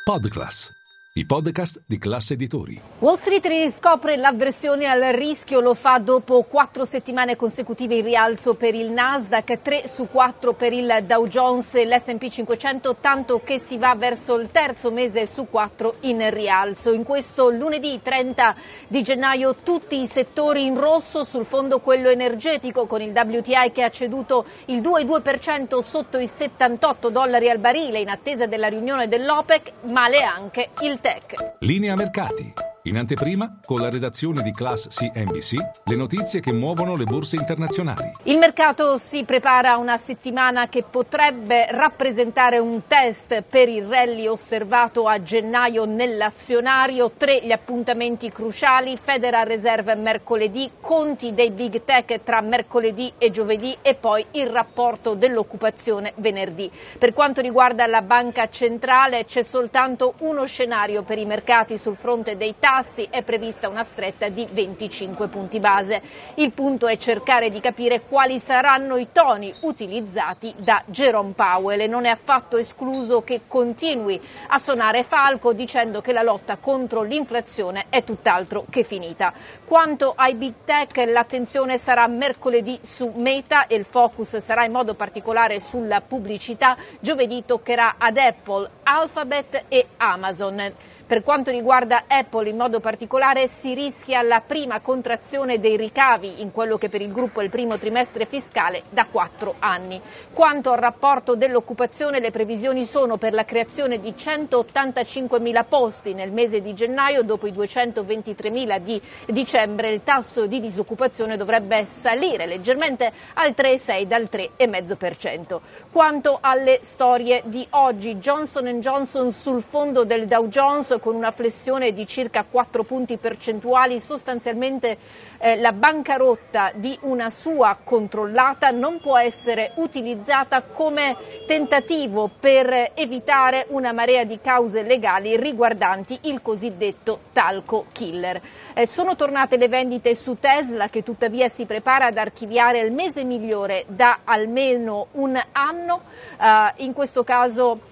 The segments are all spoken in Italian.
Podclass, i podcast di Class Editori. Wall Street riscopre l'avversione al rischio, lo fa dopo 4 settimane consecutive in rialzo per il Nasdaq, 3 su 4 per il Dow Jones e l'S&P 500, tanto che si va verso il terzo mese su 4 in rialzo. In questo lunedì 30 di gennaio tutti i settori in rosso, sul fondo quello energetico, con il WTI che ha ceduto il 2,2% sotto i $78 al barile in attesa della riunione dell'OPEC, male anche il tech. Linea mercati. In anteprima, con la redazione di Class CNBC, le notizie che muovono le borse internazionali. Il mercato si prepara a una settimana che potrebbe rappresentare un test per il rally osservato a gennaio nell'azionario. 3 gli appuntamenti cruciali: Federal Reserve mercoledì, conti dei big tech tra mercoledì e giovedì e poi il rapporto dell'occupazione venerdì. Per quanto riguarda la banca centrale c'è soltanto uno scenario per i mercati sul fronte dei tassi. È prevista una stretta di 25 punti base. Il punto è cercare di capire quali saranno i toni utilizzati da Jerome Powell e non è affatto escluso che continui a suonare falco dicendo che la lotta contro l'inflazione è tutt'altro che finita. Quanto ai big tech, l'attenzione sarà mercoledì su Meta e il focus sarà in modo particolare sulla pubblicità. Giovedì toccherà ad Apple, Alphabet e Amazon. Per quanto riguarda Apple in modo particolare si rischia la prima contrazione dei ricavi in quello che per il gruppo è il primo trimestre fiscale da 4 anni. Quanto al rapporto dell'occupazione, le previsioni sono per la creazione di 185.000 posti nel mese di gennaio dopo i 223.000 di dicembre. Il tasso di disoccupazione dovrebbe salire leggermente al 3,6 dal 3,5%. Quanto alle storie di oggi, Johnson & Johnson sul fondo del Dow Jones con una flessione di circa 4 punti percentuali, sostanzialmente la bancarotta di una sua controllata non può essere utilizzata come tentativo per evitare una marea di cause legali riguardanti il cosiddetto talco killer. Sono tornate le vendite su Tesla, che tuttavia si prepara ad archiviare il mese migliore da almeno un anno. In questo caso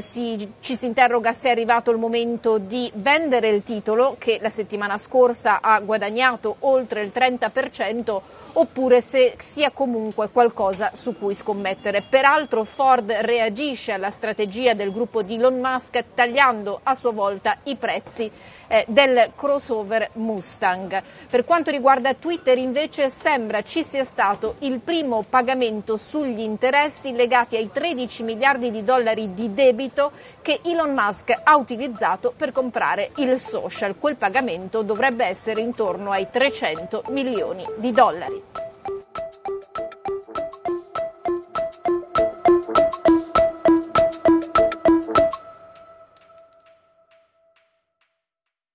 ci si interroga se è arrivato il momento di vendere il titolo, che la settimana scorsa ha guadagnato oltre il 30%, oppure se sia comunque qualcosa su cui scommettere. Peraltro Ford reagisce alla strategia del gruppo di Elon Musk tagliando a sua volta i prezzi del crossover Mustang. Per quanto riguarda Twitter invece sembra ci sia stato il primo pagamento sugli interessi legati ai 13 miliardi di dollari di debito che Elon Musk ha utilizzato per comprare il social. Quel pagamento dovrebbe essere intorno ai 300 milioni di dollari.